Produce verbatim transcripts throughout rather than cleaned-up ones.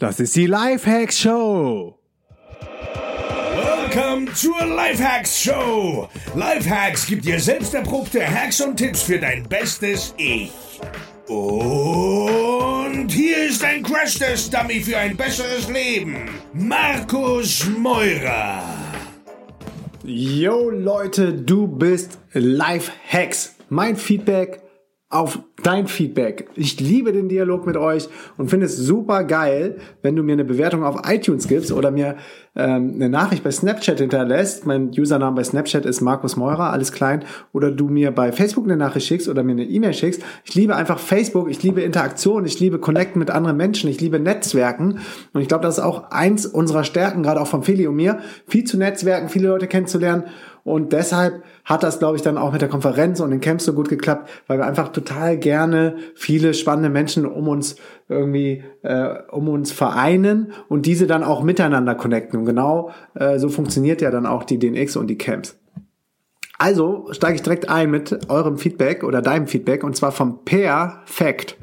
Das ist die Lifehacks Show. Welcome zur Lifehacks Show. Lifehacks gibt dir selbst erprobte Hacks und Tipps für dein bestes Ich. Und hier ist ein Crash-Test-Dummy für ein besseres Leben. Markus Meurer. Yo Leute, du bist Lifehacks. Mein Feedback auf dein Feedback. Ich liebe den Dialog mit euch und finde es super geil, wenn du mir eine Bewertung auf iTunes gibst oder mir ähm, eine Nachricht bei Snapchat hinterlässt. Mein Username bei Snapchat ist Markus Meurer, alles klein. Oder du mir bei Facebook eine Nachricht schickst oder mir eine E-Mail schickst. Ich liebe einfach Facebook, ich liebe Interaktion, ich liebe Connecten mit anderen Menschen, ich liebe Netzwerken. Und ich glaube, das ist auch eins unserer Stärken, gerade auch von Feli und mir, viel zu netzwerken, viele Leute kennenzulernen. Und deshalb hat das, glaube ich, dann auch mit der Konferenz und den Camps so gut geklappt, weil wir einfach total gerne viele spannende Menschen um uns irgendwie äh, um uns vereinen und diese dann auch miteinander connecten. Und genau äh, so funktioniert ja dann auch die D N X und die Camps. Also steige ich direkt ein mit eurem Feedback oder deinem Feedback und zwar vom Perfekt.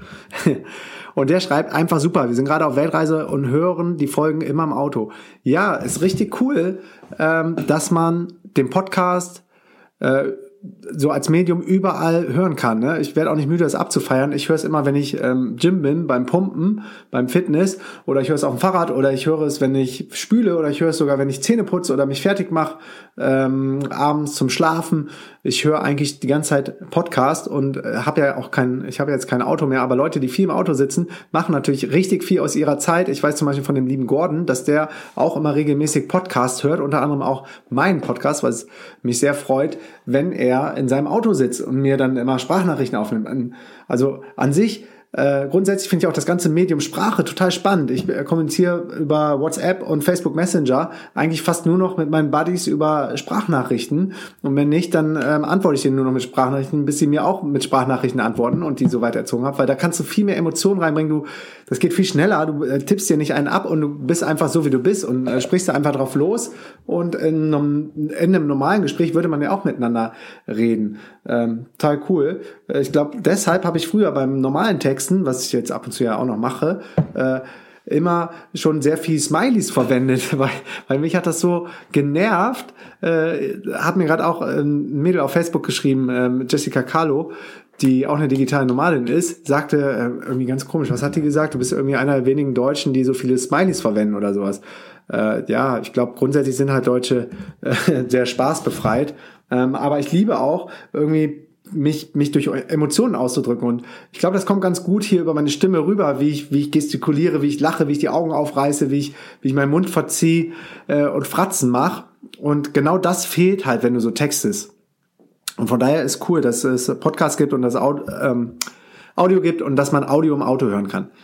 Und der schreibt einfach super, wir sind gerade auf Weltreise und hören die Folgen immer im Auto. Ja, ist richtig cool, ähm, dass man den Podcast äh, so als Medium überall hören kann. Ne? Ich werde auch nicht müde, das abzufeiern. Ich höre es immer, wenn ich ähm, Gym bin, beim Pumpen, beim Fitness, oder ich höre es auf dem Fahrrad, oder ich höre es, wenn ich spüle, oder ich höre es sogar, wenn ich Zähne putze oder mich fertig mache, ähm, abends zum Schlafen. Ich höre eigentlich die ganze Zeit Podcast und äh, habe ja auch kein, ich habe jetzt kein Auto mehr, aber Leute, die viel im Auto sitzen, machen natürlich richtig viel aus ihrer Zeit. Ich weiß zum Beispiel von dem lieben Gordon, dass der auch immer regelmäßig Podcast hört, unter anderem auch meinen Podcast, was mich sehr freut, wenn er in seinem Auto sitzt und mir dann immer Sprachnachrichten aufnimmt. Also an sich, äh, grundsätzlich finde ich auch das ganze Medium Sprache total spannend. Ich äh, kommuniziere über WhatsApp und Facebook Messenger eigentlich fast nur noch mit meinen Buddies über Sprachnachrichten. Und wenn nicht, dann ähm, antworte ich denen nur noch mit Sprachnachrichten, bis sie mir auch mit Sprachnachrichten antworten und die so weiter erzogen habe. Weil da kannst du viel mehr Emotionen reinbringen. Du, das geht viel schneller. Du äh, tippst dir nicht einen ab und du bist einfach so, wie du bist und äh, sprichst da einfach drauf los. Und in einem, in einem normalen Gespräch würde man ja auch miteinander reden. Ähm, total cool. Äh, ich glaube, deshalb habe ich früher beim normalen Text, was ich jetzt ab und zu ja auch noch mache, äh, immer schon sehr viel Smileys verwendet, weil, weil mich hat das so genervt. Äh, hat mir gerade auch ein Mädel auf Facebook geschrieben, äh, Jessica Carlo, die auch eine digitale Nomadin ist, sagte äh, irgendwie ganz komisch, was hat die gesagt? Du bist irgendwie einer der wenigen Deutschen, die so viele Smileys verwenden oder sowas. Äh, ja, ich glaube, grundsätzlich sind halt Deutsche äh, sehr spaßbefreit, ähm, aber ich liebe auch irgendwie mich mich durch Emotionen auszudrücken und ich glaube, das kommt ganz gut hier über meine Stimme rüber, wie ich wie ich gestikuliere, wie ich lache, wie ich die Augen aufreiße, wie ich wie ich meinen Mund verziehe äh, und Fratzen mache und genau das fehlt halt, wenn du so textest. Und von daher ist cool, dass es Podcasts gibt und dass Audio, ähm, Audio gibt und dass man Audio im Auto hören kann.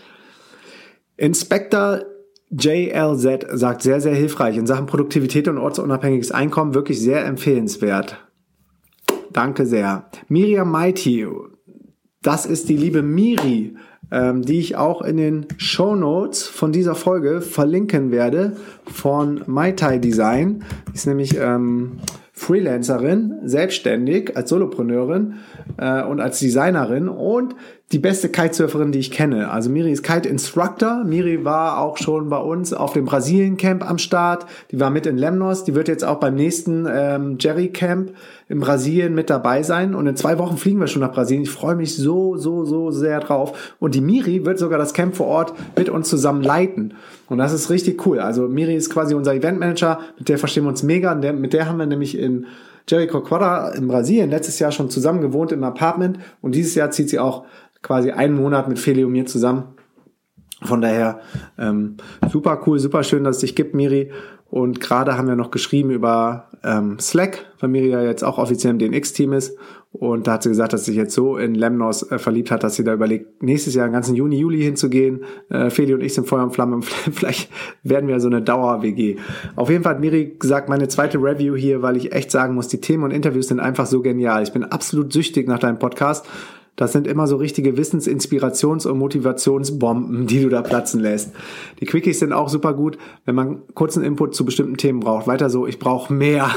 Inspector J L Z sagt, sehr, sehr hilfreich in Sachen Produktivität und ortsunabhängiges Einkommen, wirklich sehr empfehlenswert. Danke sehr. Miriam Mighty, das ist die liebe Miri, ähm, die ich auch in den Shownotes von dieser Folge verlinken werde von MyThai Design. Die ist nämlich ähm, Freelancerin, selbstständig als Solopreneurin äh, und als Designerin und die beste Kitesurferin, die ich kenne. Also Miri ist Kite-Instructor. Miri war auch schon bei uns auf dem Brasilien-Camp am Start. Die war mit in Lemnos. Die wird jetzt auch beim nächsten ähm, Jerry-Camp in Brasilien mit dabei sein. Und in zwei Wochen fliegen wir schon nach Brasilien. Ich freue mich so, so, so sehr drauf. Und die Miri wird sogar das Camp vor Ort mit uns zusammen leiten. Und das ist richtig cool. Also Miri ist quasi unser Eventmanager. Mit der verstehen wir uns mega. Der, mit der haben wir nämlich in Jericoacoara in Brasilien letztes Jahr schon zusammen gewohnt im Apartment. Und dieses Jahr zieht sie auch quasi einen Monat mit Feli und mir zusammen. Von daher ähm, super cool, super schön, dass es dich gibt, Miri. Und gerade haben wir noch geschrieben über ähm, Slack, weil Miri ja jetzt auch offiziell im D N X-Team ist. Und da hat sie gesagt, dass sie sich jetzt so in Lemnos äh, verliebt hat, dass sie da überlegt, nächstes Jahr den ganzen Juni, Juli hinzugehen. Äh, Feli und ich sind Feuer und Flamme. Vielleicht werden wir so eine Dauer-W G. Auf jeden Fall hat Miri gesagt, meine zweite Review hier, weil ich echt sagen muss, die Themen und Interviews sind einfach so genial. Ich bin absolut süchtig nach deinem Podcast. Das sind immer so richtige Wissens-, Inspirations- und Motivationsbomben, die du da platzen lässt. Die Quickies sind auch super gut, wenn man kurzen Input zu bestimmten Themen braucht. Weiter so, ich brauche mehr.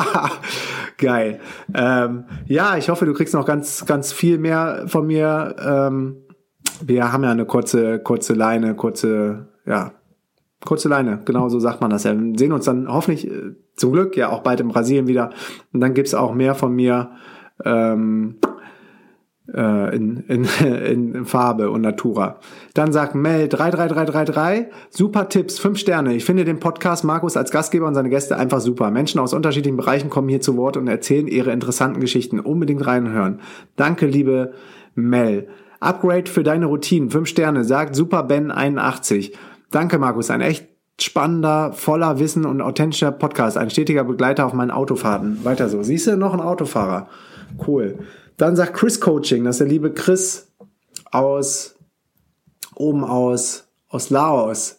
Geil. Ähm, ja, ich hoffe, du kriegst noch ganz, ganz viel mehr von mir. Ähm, wir haben ja eine kurze, kurze Leine, kurze, ja, Kurze Leine, genau so sagt man das ja. Wir sehen uns dann hoffentlich äh, zum Glück ja auch bald in Brasilien wieder. Und dann gibt's auch mehr von mir ähm, äh, in, in, in, in Farbe und Natura. Dann sagt Mel drei drei drei drei drei, super Tipps, fünf Sterne. Ich finde den Podcast Markus als Gastgeber und seine Gäste einfach super. Menschen aus unterschiedlichen Bereichen kommen hier zu Wort und erzählen ihre interessanten Geschichten. Unbedingt reinhören. Danke, liebe Mel. Upgrade für deine Routinen, fünf Sterne, sagt Super Ben einundachtzig. Danke, Markus. Ein echt spannender, voller Wissen und authentischer Podcast. Ein stetiger Begleiter auf meinen Autofahrten. Weiter so. Siehst du, noch ein Autofahrer. Cool. Dann sagt Chris Coaching, das ist der liebe Chris aus, oben aus, aus Laos.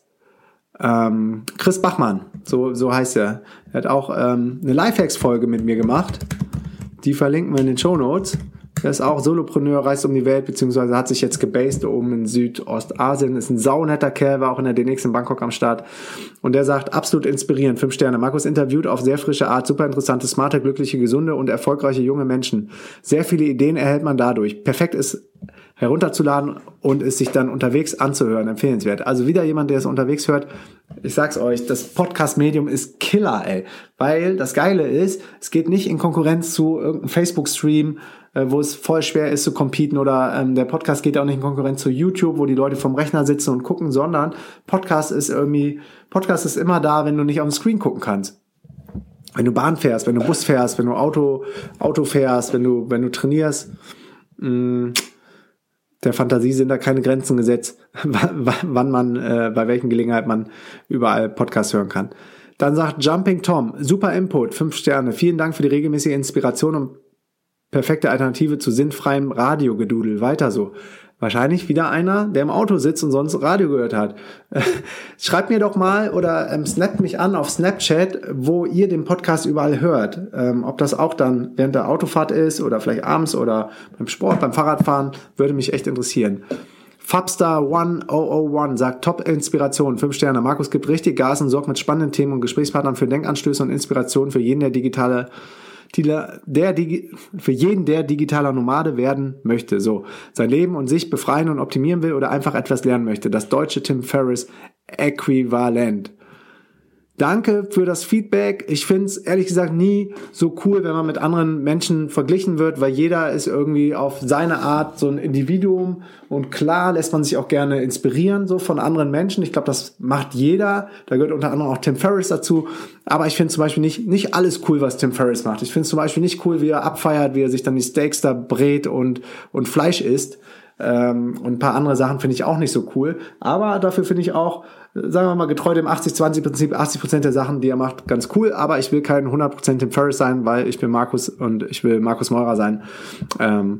Ähm, Chris Bachmann, so, so heißt er. Er hat auch ähm, eine Lifehacks-Folge mit mir gemacht. Die verlinken wir in den Shownotes. Er ist auch Solopreneur, reist um die Welt, beziehungsweise hat sich jetzt gebased oben in Südostasien, ist ein saunetter Kerl, war auch in der D N X in Bangkok am Start. Und der sagt, absolut inspirierend, fünf Sterne. Markus interviewt auf sehr frische Art, super interessante, smarte, glückliche, gesunde und erfolgreiche junge Menschen. Sehr viele Ideen erhält man dadurch. Perfekt ist herunterzuladen und es sich dann unterwegs anzuhören, empfehlenswert. Also wieder jemand, der es unterwegs hört. Ich sag's euch, das Podcast-Medium ist Killer, ey. Weil das Geile ist, es geht nicht in Konkurrenz zu irgendeinem Facebook-Stream, wo es voll schwer ist zu competen, oder ähm, der Podcast geht auch nicht in Konkurrenz zu YouTube, wo die Leute vom Rechner sitzen und gucken, sondern Podcast ist irgendwie, Podcast ist immer da, wenn du nicht auf den Screen gucken kannst. Wenn du Bahn fährst, wenn du Bus fährst, wenn du Auto, Auto fährst, wenn du, wenn du trainierst, mh, der Fantasie sind da keine Grenzen gesetzt, wann man, äh, bei welchen Gelegenheit man überall Podcast hören kann. Dann sagt Jumping Tom, super Input, fünf Sterne, vielen Dank für die regelmäßige Inspiration und perfekte Alternative zu sinnfreiem Radiogedudel. Weiter so. Wahrscheinlich wieder einer, der im Auto sitzt und sonst Radio gehört hat. Schreibt mir doch mal oder ähm, snappt mich an auf Snapchat, wo ihr den Podcast überall hört. Ähm, ob das auch dann während der Autofahrt ist oder vielleicht abends oder beim Sport, beim Fahrradfahren, würde mich echt interessieren. Fabstar hunderteins sagt, Top-Inspiration, fünf Sterne. Markus gibt richtig Gas und sorgt mit spannenden Themen und Gesprächspartnern für Denkanstöße und Inspirationen für jeden, der digitale Der, der, für jeden, der digitaler Nomade werden möchte, so sein Leben und sich befreien und optimieren will oder einfach etwas lernen möchte. Das deutsche Tim Ferriss Äquivalent. Danke für das Feedback. Ich finde es ehrlich gesagt nie so cool, wenn man mit anderen Menschen verglichen wird, weil jeder ist irgendwie auf seine Art so ein Individuum und klar lässt man sich auch gerne inspirieren so von anderen Menschen. Ich glaube, das macht jeder. Da gehört unter anderem auch Tim Ferriss dazu. Aber ich finde zum Beispiel nicht, nicht alles cool, was Tim Ferriss macht. Ich finde zum Beispiel nicht cool, wie er abfeiert, wie er sich dann die Steaks da brät und, und Fleisch isst. Ähm, und ein paar andere Sachen finde ich auch nicht so cool. Aber dafür finde ich auch, sagen wir mal, getreu dem achtzig zwanzig Prinzip, achtzig Prozent der Sachen, die er macht, ganz cool. Aber ich will kein hundert Prozent Tim Ferriss sein, weil ich bin Markus und ich will Markus Meurer sein. Ähm,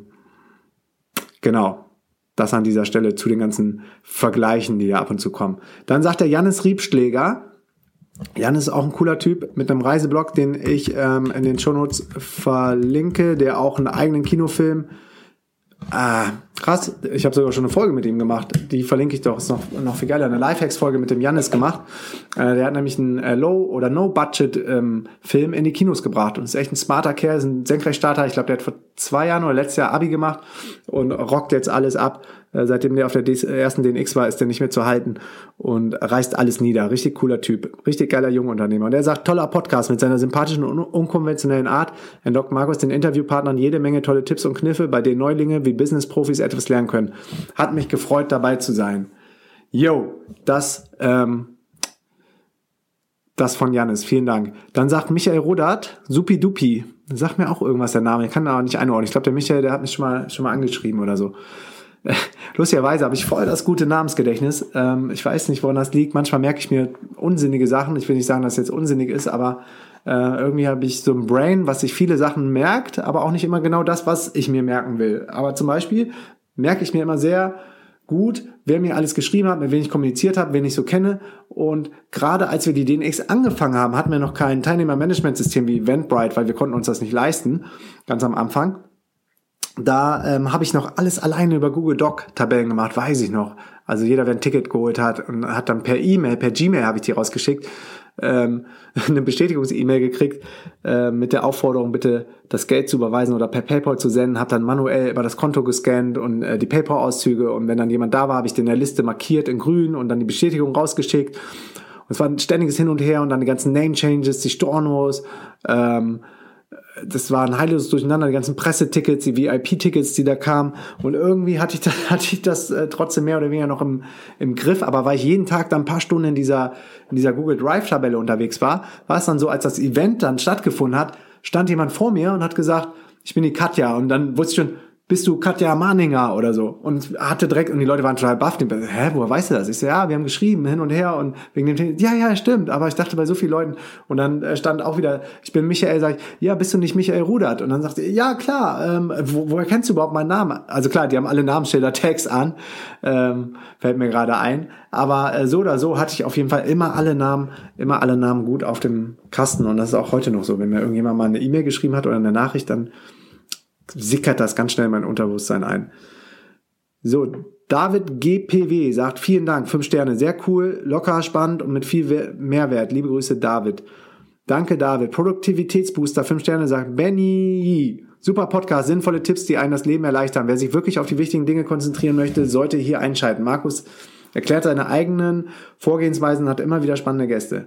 genau. Das an dieser Stelle zu den ganzen Vergleichen, die da ab und zu kommen. Dann sagt der Jannis Riebschläger. Jannis ist auch ein cooler Typ mit einem Reiseblog, den ich ähm, in den Shownotes verlinke, der auch einen eigenen Kinofilm. Ah, krass, ich habe sogar schon eine Folge mit ihm gemacht, die verlinke ich doch, ist noch, noch viel geiler, eine Lifehacks-Folge mit dem Jannis gemacht. Äh, der hat nämlich einen äh, Low- oder No-Budget-Film ähm, in die Kinos gebracht und ist echt ein smarter Kerl, ist ein Senkrechtstarter. Ich glaube, der hat vor zwei Jahren oder letztes Jahr Abi gemacht und rockt jetzt alles ab. Äh, seitdem der auf der D- ersten D N X war, ist der nicht mehr zu halten und reißt alles nieder. Richtig cooler Typ, richtig geiler Jungunternehmer. Und der sagt, toller Podcast mit seiner sympathischen und un- unkonventionellen Art entlockt Markus den Interviewpartnern jede Menge tolle Tipps und Kniffe, bei denen Neulinge wie Business-Profis etwas lernen können. Hat mich gefreut, dabei zu sein. Yo, das, ähm, das von Jannis. Vielen Dank. Dann sagt Michael Rodert, Supi-Dupi. Sagt mir auch irgendwas der Name. Ich kann da aber nicht einordnen. Ich glaube, der Michael, der hat mich schon mal, schon mal angeschrieben oder so. Lustigerweise habe ich voll das gute Namensgedächtnis. Ähm, ich weiß nicht, woran das liegt. Manchmal merke ich mir unsinnige Sachen. Ich will nicht sagen, dass es jetzt unsinnig ist, aber äh, irgendwie habe ich so ein Brain, was sich viele Sachen merkt, aber auch nicht immer genau das, was ich mir merken will. Aber zum Beispiel merke ich mir immer sehr gut, wer mir alles geschrieben hat, mit wem ich kommuniziert habe, wen ich so kenne. Und gerade als wir die D N X angefangen haben, hatten wir noch kein Teilnehmermanagementsystem wie Eventbrite, weil wir konnten uns das nicht leisten, ganz am Anfang. Da ähm, habe ich noch alles alleine über Google Doc Tabellen gemacht, weiß ich noch. Also jeder, wer ein Ticket geholt hat und hat dann per E-Mail, per Gmail habe ich die rausgeschickt, ähm, eine Bestätigungs-E-Mail gekriegt äh, mit der Aufforderung, bitte das Geld zu überweisen oder per PayPal zu senden, habe dann manuell über das Konto gescannt und äh, die PayPal-Auszüge und wenn dann jemand da war, habe ich den in der Liste markiert in grün und dann die Bestätigung rausgeschickt. es war ein ständiges Hin und Her und dann die ganzen Name-Changes, die Stornos, ähm, das war ein heilloses Durcheinander, die ganzen Pressetickets, die V I P-Tickets, die da kamen. Und irgendwie hatte ich das, hatte ich das äh, trotzdem mehr oder weniger noch im, im Griff. Aber weil ich jeden Tag dann ein paar Stunden in dieser, in dieser Google Drive-Tabelle unterwegs war, war es dann so, als das Event dann stattgefunden hat, stand jemand vor mir und hat gesagt, ich bin die Katja. Und dann wusste ich schon, bist du Katja Mahninger oder so? Und hatte direkt, und die Leute waren total baff, die, hä, woher weißt du das? Ich so, ja, wir haben geschrieben, hin und her, und wegen dem Thema, ja, ja, stimmt, aber ich dachte bei so vielen Leuten, und dann stand auch wieder, ich bin Michael, sag ich, ja, bist du nicht Michael Rudert? Und dann sagte er, ja, klar, ähm, wo, woher kennst du überhaupt meinen Namen? Also klar, die haben alle Namensschilder-Tags an, ähm, fällt mir gerade ein, aber äh, so oder so hatte ich auf jeden Fall immer alle Namen, immer alle Namen gut auf dem Kasten, und das ist auch heute noch so, wenn mir irgendjemand mal eine E-Mail geschrieben hat oder eine Nachricht, dann sickert das ganz schnell in mein Unterbewusstsein ein. So, David G P W sagt, vielen Dank, fünf Sterne, sehr cool, locker, spannend und mit viel Mehrwert. Liebe Grüße, David. Danke, David. Produktivitätsbooster, fünf Sterne, sagt Benny. Super Podcast, sinnvolle Tipps, die einem das Leben erleichtern. Wer sich wirklich auf die wichtigen Dinge konzentrieren möchte, sollte hier einschalten. Markus erklärt seine eigenen Vorgehensweisen und hat immer wieder spannende Gäste.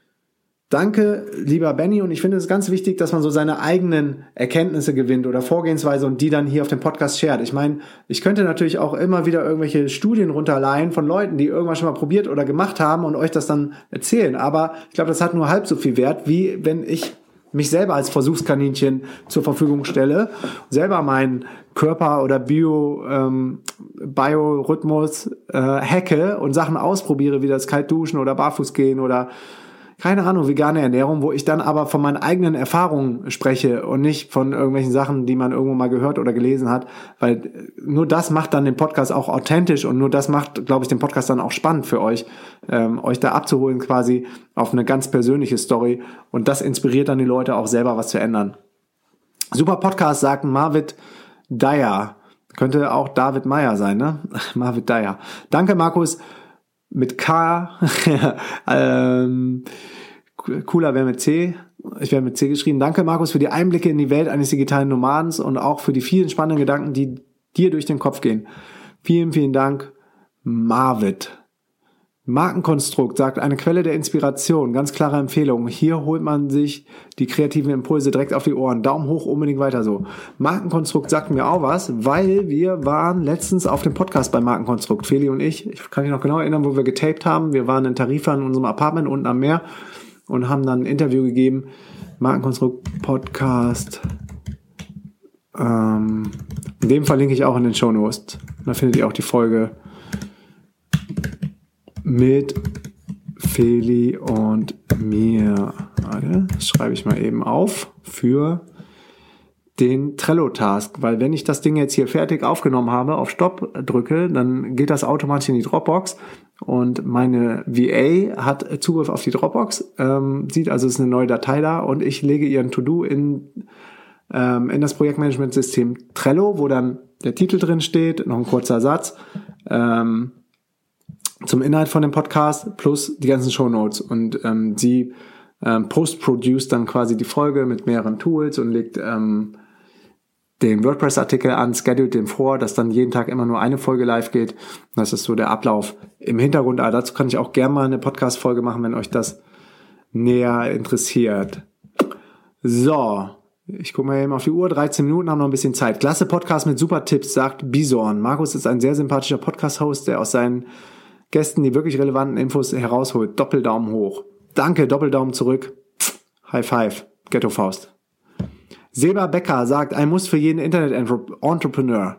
Danke, lieber Benny, und ich finde es ganz wichtig, dass man so seine eigenen Erkenntnisse gewinnt oder Vorgehensweise und die dann hier auf dem Podcast shared. Ich meine, ich könnte natürlich auch immer wieder irgendwelche Studien runterleihen von Leuten, die irgendwas schon mal probiert oder gemacht haben und euch das dann erzählen, aber ich glaube, das hat nur halb so viel Wert, wie wenn ich mich selber als Versuchskaninchen zur Verfügung stelle, selber meinen Körper oder Bio, ähm, Biorhythmus äh, hacke und Sachen ausprobiere, wie das Kaltduschen oder Barfußgehen oder keine Ahnung, vegane Ernährung, wo ich dann aber von meinen eigenen Erfahrungen spreche und nicht von irgendwelchen Sachen, die man irgendwo mal gehört oder gelesen hat, weil nur das macht dann den Podcast auch authentisch und nur das macht, glaube ich, den Podcast dann auch spannend für euch, ähm, euch da abzuholen quasi auf eine ganz persönliche Story, und das inspiriert dann die Leute auch selber was zu ändern. Super Podcast, sagt Marvin Dyer. Könnte auch David Meyer sein, ne? Marvin Dyer. Danke, Markus. Mit K, ähm, cooler wäre mit C, ich werde mit C geschrieben. Danke, Markus, für die Einblicke in die Welt eines digitalen Nomadens und auch für die vielen spannenden Gedanken, die dir durch den Kopf gehen. Vielen, vielen Dank, Marvin. Markenkonstrukt sagt, eine Quelle der Inspiration, ganz klare Empfehlung. Hier holt man sich die kreativen Impulse direkt auf die Ohren. Daumen hoch, unbedingt weiter so. Markenkonstrukt sagt mir auch was, weil wir waren letztens auf dem Podcast bei Markenkonstrukt, Feli und ich. Ich kann mich noch genau erinnern, wo wir getaped haben. Wir waren in Tarifa in unserem Apartment unten am Meer und haben dann ein Interview gegeben. Markenkonstrukt Podcast. Ähm, in dem verlinke ich auch in den Shownotes. Da findet ihr auch die Folge mit Feli und mir. Warte, das schreibe ich mal eben auf für den Trello-Task, weil wenn ich das Ding jetzt hier fertig aufgenommen habe, auf Stopp drücke, dann geht das automatisch in die Dropbox und meine V A hat Zugriff auf die Dropbox, ähm, sieht also, es ist eine neue Datei da und ich lege ihren To-Do in, ähm, in das Projektmanagement-System Trello, wo dann der Titel drin steht, noch ein kurzer Satz, ähm, zum Inhalt von dem Podcast plus die ganzen Shownotes, und ähm, sie ähm, post-produce dann quasi die Folge mit mehreren Tools und legt ähm, den WordPress-Artikel an, schedult den vor, dass dann jeden Tag immer nur eine Folge live geht. Das ist so der Ablauf im Hintergrund. Aber dazu kann ich auch gerne mal eine Podcast-Folge machen, wenn euch das näher interessiert. So, ich gucke mal eben auf die Uhr, dreizehn Minuten, haben noch ein bisschen Zeit. Klasse Podcast mit super Tipps, sagt Bison. Markus ist ein sehr sympathischer Podcast-Host, der aus seinen Gästen die wirklich relevanten Infos herausholt. Doppeldaumen hoch. Danke, Doppeldaumen zurück. High five. Ghetto-Faust. Seba Becker sagt, ein Muss für jeden Internet-Entrepreneur.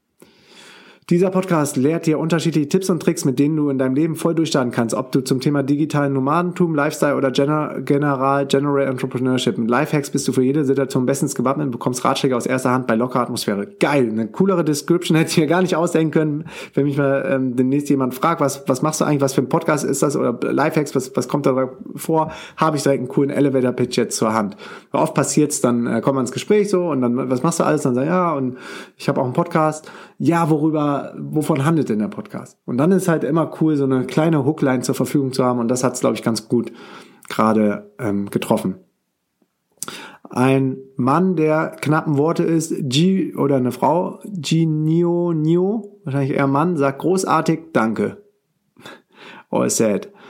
Dieser Podcast lehrt dir unterschiedliche Tipps und Tricks, mit denen du in deinem Leben voll durchstarten kannst, ob du zum Thema digitalen Nomadentum, Lifestyle oder General, General, General Entrepreneurship. Mit Lifehacks bist du für jede Situation bestens gewappnet und bekommst Ratschläge aus erster Hand bei lockerer Atmosphäre. Geil, eine coolere Description hätte ich mir gar nicht ausdenken können, wenn mich mal ähm, demnächst jemand fragt, was was machst du eigentlich, was für ein Podcast ist das oder Lifehacks, was was kommt da vor, habe ich direkt einen coolen Elevator-Pitch jetzt zur Hand. Oft passiert's, dann äh, kommt man ins Gespräch so und dann, was machst du alles? Dann sag ja, und ich habe auch einen Podcast. Ja, worüber, wovon handelt denn der Podcast? Und dann ist halt immer cool, so eine kleine Hookline zur Verfügung zu haben, und das hat's, glaube ich, ganz gut gerade ähm, getroffen. Ein Mann, der knappen Worte ist, G oder eine Frau, Ginio Nio, wahrscheinlich eher Mann, sagt großartig, danke. All said.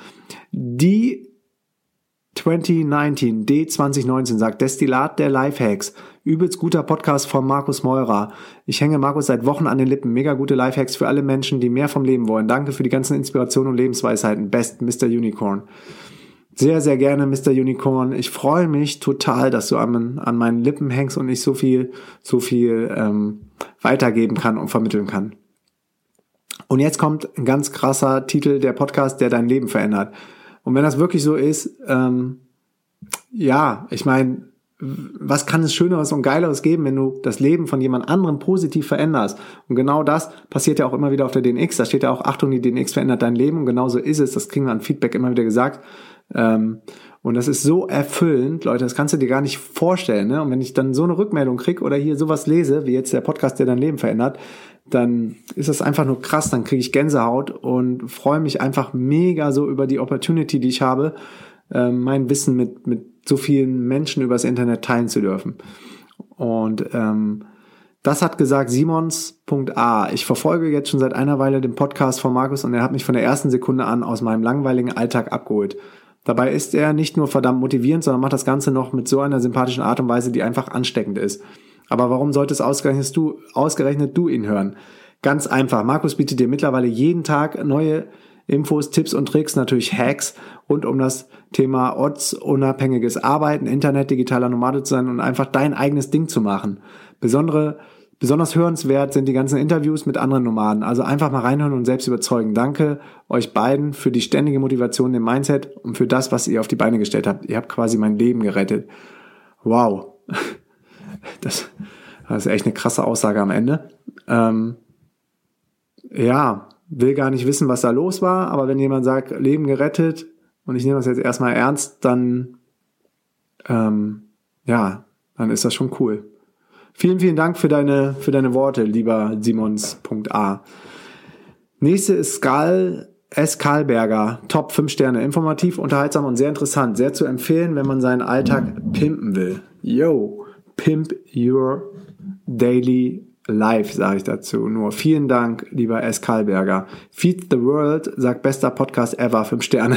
Die zwanzig neunzehn, D zwanzig neunzehn sagt, Destillat der Lifehacks. Übelst guter Podcast von Markus Meurer. Ich hänge Markus seit Wochen an den Lippen. Mega gute Lifehacks für alle Menschen, die mehr vom Leben wollen. Danke für die ganzen Inspirationen und Lebensweisheiten. Best, Mister Unicorn. Sehr, sehr gerne, Mister Unicorn. Ich freue mich total, dass du an, an meinen Lippen hängst und ich so viel, so viel ähm, weitergeben kann und vermitteln kann. Und jetzt kommt ein ganz krasser Titel, der Podcast, der dein Leben verändert. Und wenn das wirklich so ist, ähm, ja, ich meine, was kann es Schöneres und Geileres geben, wenn du das Leben von jemand anderem positiv veränderst? Und genau das passiert ja auch immer wieder auf der D N X. Da steht ja auch, Achtung, die D N X verändert dein Leben. Und genauso ist es. Das kriegen wir an Feedback immer wieder gesagt. Ähm, und das ist so erfüllend, Leute, das kannst du dir gar nicht vorstellen. Ne? Und wenn ich dann so eine Rückmeldung kriege oder hier sowas lese, wie jetzt der Podcast, der dein Leben verändert, dann ist das einfach nur krass, dann kriege ich Gänsehaut und freue mich einfach mega so über die Opportunity, die ich habe, äh, mein Wissen mit, mit so vielen Menschen übers Internet teilen zu dürfen. Und ähm, das hat gesagt Simons.a. Ich verfolge jetzt schon seit einer Weile den Podcast von Markus und er hat mich von der ersten Sekunde an aus meinem langweiligen Alltag abgeholt. Dabei ist er nicht nur verdammt motivierend, sondern macht das Ganze noch mit so einer sympathischen Art und Weise, die einfach ansteckend ist. Aber warum solltest ausgerechnet du, ausgerechnet du ihn hören? Ganz einfach. Markus bietet dir mittlerweile jeden Tag neue Infos, Tipps und Tricks, natürlich Hacks rund um das Thema ortsunabhängiges Arbeiten, Internet, digitaler Nomade zu sein und einfach dein eigenes Ding zu machen. Besondere Besonders hörenswert sind die ganzen Interviews mit anderen Nomaden. Also einfach mal reinhören und selbst überzeugen. Danke euch beiden für die ständige Motivation, den Mindset und für das, was ihr auf die Beine gestellt habt. Ihr habt quasi mein Leben gerettet. Wow. Das, das ist echt eine krasse Aussage am Ende. Ähm, ja, will gar nicht wissen, was da los war. Aber wenn jemand sagt, Leben gerettet und ich nehme das jetzt erstmal ernst, dann, ähm, ja, dann ist das schon cool. Vielen, vielen Dank für deine, für deine Worte, lieber Simons.a. Nächste ist Skal, S. Karlberger. Top fünf Sterne. Informativ, unterhaltsam und sehr interessant. Sehr zu empfehlen, wenn man seinen Alltag pimpen will. Yo, pimp your daily life, sage ich dazu. Nur vielen Dank, lieber S. Karlberger. Feed the World sagt, bester Podcast ever. fünf Sterne.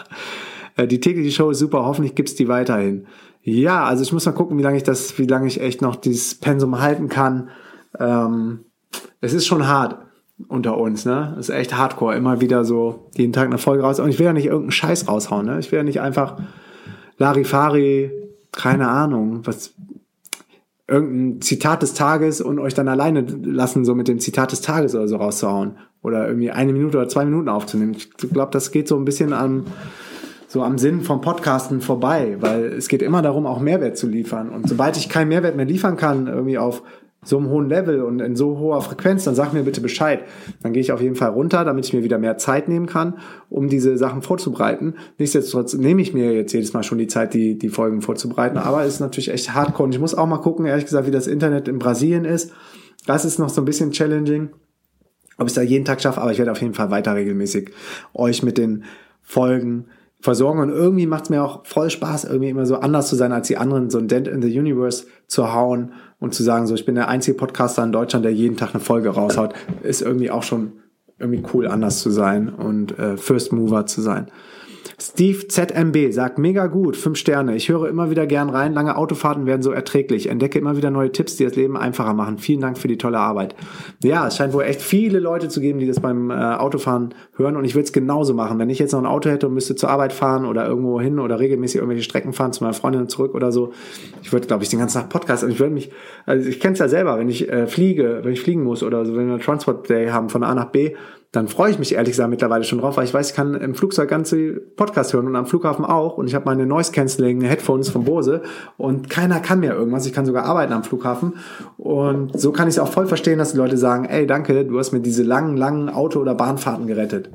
Die tägliche Show ist super. Hoffentlich gibt's die weiterhin. Ja, also ich muss mal gucken, wie lange ich das, wie lange ich echt noch dieses Pensum halten kann. Ähm, es ist schon hart unter uns, ne? Es ist echt hardcore, immer wieder so jeden Tag eine Folge raus. Und ich will ja nicht irgendeinen Scheiß raushauen, ne? Ich will ja nicht einfach Larifari, keine Ahnung, was, irgendein Zitat des Tages und euch dann alleine lassen, so mit dem Zitat des Tages oder so rauszuhauen. Oder irgendwie eine Minute oder zwei Minuten aufzunehmen. Ich glaube, das geht so ein bisschen an so am Sinn vom Podcasten vorbei, weil es geht immer darum, auch Mehrwert zu liefern. Und sobald ich keinen Mehrwert mehr liefern kann, irgendwie auf so einem hohen Level und in so hoher Frequenz, dann sag mir bitte Bescheid. Dann gehe ich auf jeden Fall runter, damit ich mir wieder mehr Zeit nehmen kann, um diese Sachen vorzubereiten. Nichtsdestotrotz nehme ich mir jetzt jedes Mal schon die Zeit, die, die Folgen vorzubereiten. Aber es ist natürlich echt hardcore. Und ich muss auch mal gucken, ehrlich gesagt, wie das Internet in Brasilien ist. Das ist noch so ein bisschen challenging, ob ich es da jeden Tag schaffe. Aber ich werde auf jeden Fall weiter regelmäßig euch mit den Folgen versorgen und irgendwie macht es mir auch voll Spaß, irgendwie immer so anders zu sein als die anderen, so ein Dent in the Universe zu hauen und zu sagen, so ich bin der einzige Podcaster in Deutschland, der jeden Tag eine Folge raushaut, ist irgendwie auch schon irgendwie cool, anders zu sein und äh, First Mover zu sein. Steve Z M B sagt, mega gut, fünf Sterne. Ich höre immer wieder gern rein. Lange Autofahrten werden so erträglich. Entdecke immer wieder neue Tipps, die das Leben einfacher machen. Vielen Dank für die tolle Arbeit. Ja, es scheint wohl echt viele Leute zu geben, die das beim äh, Autofahren hören. Und ich würde es genauso machen. Wenn ich jetzt noch ein Auto hätte und müsste zur Arbeit fahren oder irgendwo hin oder regelmäßig irgendwelche Strecken fahren, zu meiner Freundin und zurück oder so. Ich würde, glaube ich, den ganzen Tag Podcast. Und ich würde mich, also ich kenne es ja selber, wenn ich äh, fliege, wenn ich fliegen muss oder so, wenn wir einen Transport Day haben von A nach B, dann freue ich mich ehrlich gesagt mittlerweile schon drauf, weil ich weiß, ich kann im Flugzeug ganze Podcast hören und am Flughafen auch und ich habe meine Noise-Cancelling-Headphones von Bose und keiner kann mir irgendwas, ich kann sogar arbeiten am Flughafen und so kann ich es auch voll verstehen, dass die Leute sagen, ey, danke, du hast mir diese langen, langen Auto- oder Bahnfahrten gerettet.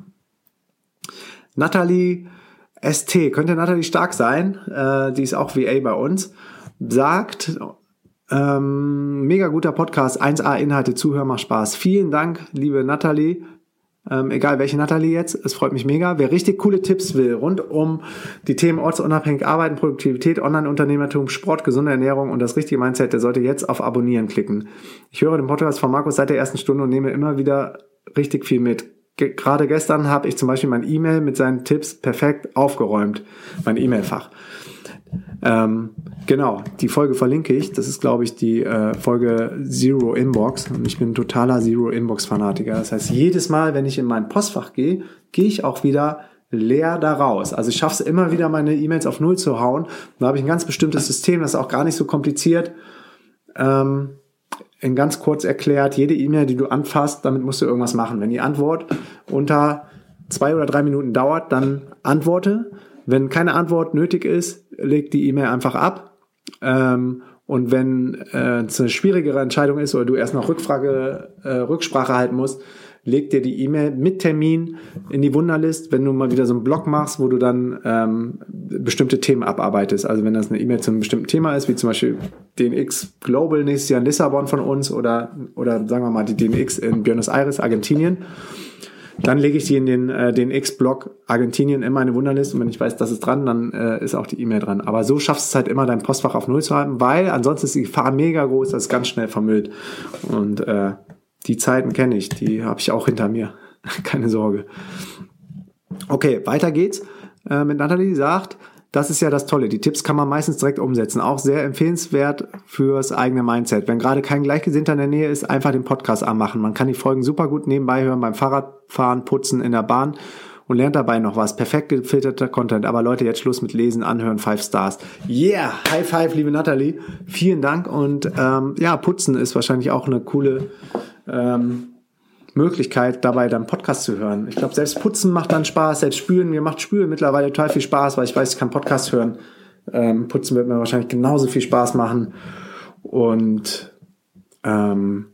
Nathalie S T, könnte Nathalie Stark sein, äh, die ist auch V A bei uns, sagt... Ähm, mega guter Podcast, eins A Inhalte, Zuhör, macht Spaß. Vielen Dank, liebe Nathalie. Ähm, egal welche Nathalie jetzt, es freut mich mega. Wer richtig coole Tipps will, rund um die Themen ortsunabhängig arbeiten, Produktivität, Online-Unternehmertum, Sport, gesunde Ernährung und das richtige Mindset, der sollte jetzt auf Abonnieren klicken. Ich höre den Podcast von Markus seit der ersten Stunde und nehme immer wieder richtig viel mit. ge- gerade gestern habe ich zum Beispiel mein E-Mail mit seinen Tipps perfekt aufgeräumt, mein E-Mail-Fach. Ähm, genau, die Folge verlinke ich. Das ist, glaube ich, die äh, Folge Zero Inbox. Und ich bin ein totaler Zero Inbox-Fanatiker. Das heißt, jedes Mal, wenn ich in mein Postfach gehe, gehe ich auch wieder leer da raus. Also ich schaffe es immer wieder, meine E-Mails auf Null zu hauen. Da habe ich ein ganz bestimmtes System, das ist auch gar nicht so kompliziert. Ähm, in ganz kurz erklärt, jede E-Mail, die du anfasst, damit musst du irgendwas machen. Wenn die Antwort unter zwei oder drei Minuten dauert, dann antworte. Wenn keine Antwort nötig ist, leg die E-Mail einfach ab. Ähm, und wenn äh, es eine schwierigere Entscheidung ist oder du erst noch Rückfrage, äh, Rücksprache halten musst, leg dir die E-Mail mit Termin in die Wunderlist, wenn du mal wieder so einen Blog machst, wo du dann ähm, bestimmte Themen abarbeitest. Also wenn das eine E-Mail zu einem bestimmten Thema ist, wie zum Beispiel D N X Global nächstes Jahr in Lissabon von uns oder, oder sagen wir mal die D N X in Buenos Aires, Argentinien, dann lege ich die in den äh, D N X-Blog Argentinien in meine Wunderlist und wenn ich weiß, das ist dran, dann äh, ist auch die E-Mail dran. Aber so schaffst du es halt immer, dein Postfach auf Null zu halten, weil ansonsten ist die Gefahr mega groß, dass es ganz schnell vermüllt. Und äh, die Zeiten kenne ich, die habe ich auch hinter mir. Keine Sorge. Okay, weiter geht's äh, mit Nathalie, die sagt, das ist ja das Tolle. Die Tipps kann man meistens direkt umsetzen. Auch sehr empfehlenswert fürs eigene Mindset. Wenn gerade kein Gleichgesinnter in der Nähe ist, einfach den Podcast anmachen. Man kann die Folgen super gut nebenbei hören, beim Fahrradfahren, Putzen, in der Bahn und lernt dabei noch was. Perfekt gefilterter Content. Aber Leute, jetzt Schluss mit Lesen, Anhören, Five Stars. Yeah! High five, liebe Nathalie. Vielen Dank. Und ähm, ja, Putzen ist wahrscheinlich auch eine coole ähm, Möglichkeit, dabei dann Podcast zu hören. Ich glaube, selbst Putzen macht dann Spaß, selbst Spülen, mir macht Spülen mittlerweile total viel Spaß, weil ich weiß, ich kann Podcast hören. Ähm, Putzen wird mir wahrscheinlich genauso viel Spaß machen. Und ähm,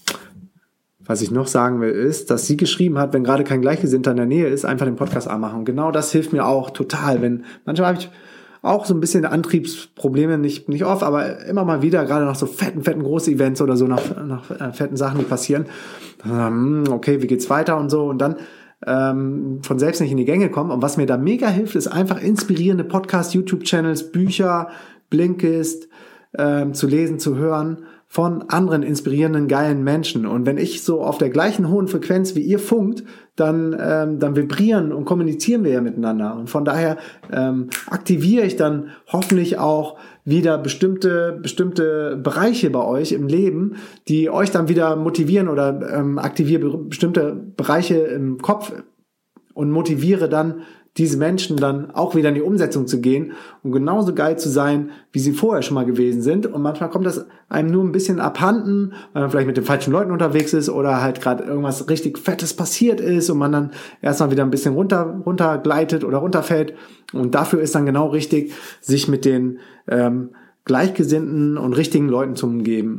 was ich noch sagen will, ist, dass sie geschrieben hat, wenn gerade kein Gleichgesinnter in der Nähe ist, einfach den Podcast anmachen. Und genau das hilft mir auch total. Wenn manchmal habe ich auch so ein bisschen Antriebsprobleme, nicht, nicht oft, aber immer mal wieder, gerade nach so fetten, fetten großen Events oder so, nach, nach äh, fetten Sachen, die passieren. Ähm, okay, wie geht's weiter und so und dann ähm, von selbst nicht in die Gänge kommen. Und was mir da mega hilft, ist einfach inspirierende Podcasts, YouTube-Channels, Bücher, Blinkist ähm, zu lesen, zu hören von anderen inspirierenden, geilen Menschen. Und wenn ich so auf der gleichen hohen Frequenz wie ihr funkt, dann, ähm, dann vibrieren und kommunizieren wir ja miteinander. Und von daher ähm, aktiviere ich dann hoffentlich auch wieder bestimmte, bestimmte Bereiche bei euch im Leben, die euch dann wieder motivieren oder ähm, aktiviere bestimmte Bereiche im Kopf und motiviere dann diese Menschen dann auch wieder in die Umsetzung zu gehen und genauso geil zu sein, wie sie vorher schon mal gewesen sind. Und manchmal kommt das einem nur ein bisschen abhanden, weil man vielleicht mit den falschen Leuten unterwegs ist oder halt gerade irgendwas richtig Fettes passiert ist und man dann erstmal wieder ein bisschen runter runtergleitet oder runterfällt. Und dafür ist dann genau richtig, sich mit den ähm, gleichgesinnten und richtigen Leuten zu umgeben.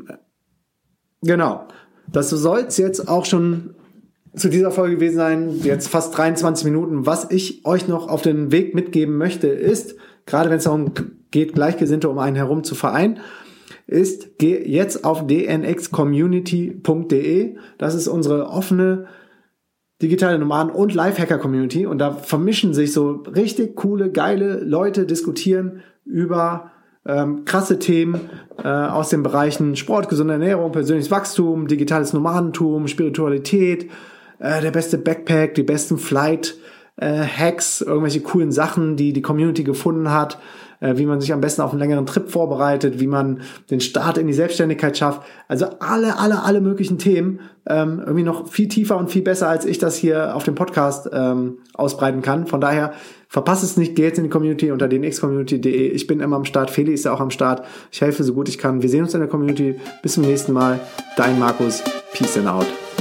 Genau. Das soll's jetzt auch schon zu dieser Folge gewesen sein, jetzt fast dreiundzwanzig Minuten. Was ich euch noch auf den Weg mitgeben möchte, ist, gerade wenn es darum geht, Gleichgesinnte um einen herum zu vereinen, ist, geh jetzt auf d n x community punkt d e. Das ist unsere offene digitale Nomaden- und Lifehacker-Community und da vermischen sich so richtig coole, geile Leute, diskutieren über Ähm, krasse Themen äh, aus den Bereichen Sport, gesunde Ernährung, persönliches Wachstum, digitales Nomadentum, Spiritualität, äh, der beste Backpack, die besten Flight-Hacks, äh, irgendwelche coolen Sachen, die die Community gefunden hat, äh, wie man sich am besten auf einen längeren Trip vorbereitet, wie man den Start in die Selbstständigkeit schafft. Also alle, alle, alle möglichen Themen, ähm, irgendwie noch viel tiefer und viel besser, als ich das hier auf dem Podcast ähm, ausbreiten kann. Von daher verpasst es nicht, geh jetzt in die Community unter d n x community punkt d e. Ich bin immer am Start, Feli ist ja auch am Start. Ich helfe so gut ich kann. Wir sehen uns in der Community. Bis zum nächsten Mal. Dein Markus. Peace and out.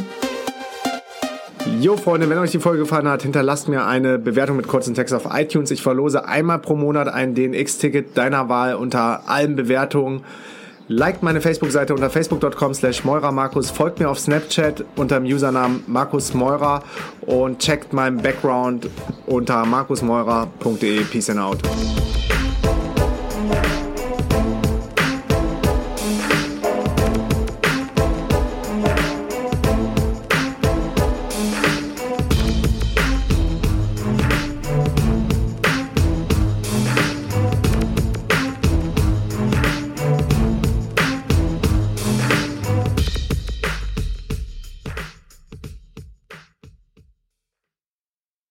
Jo Freunde, wenn euch die Folge gefallen hat, hinterlasst mir eine Bewertung mit kurzem Text auf iTunes. Ich verlose einmal pro Monat ein D N X-Ticket deiner Wahl unter allen Bewertungen. Liked meine Facebook-Seite unter facebook punkt com slash Meurer Markus. Folgt mir auf Snapchat unter dem Usernamen Markus Meurer und checkt meinen Background unter markus meurer punkt d e. Peace and out.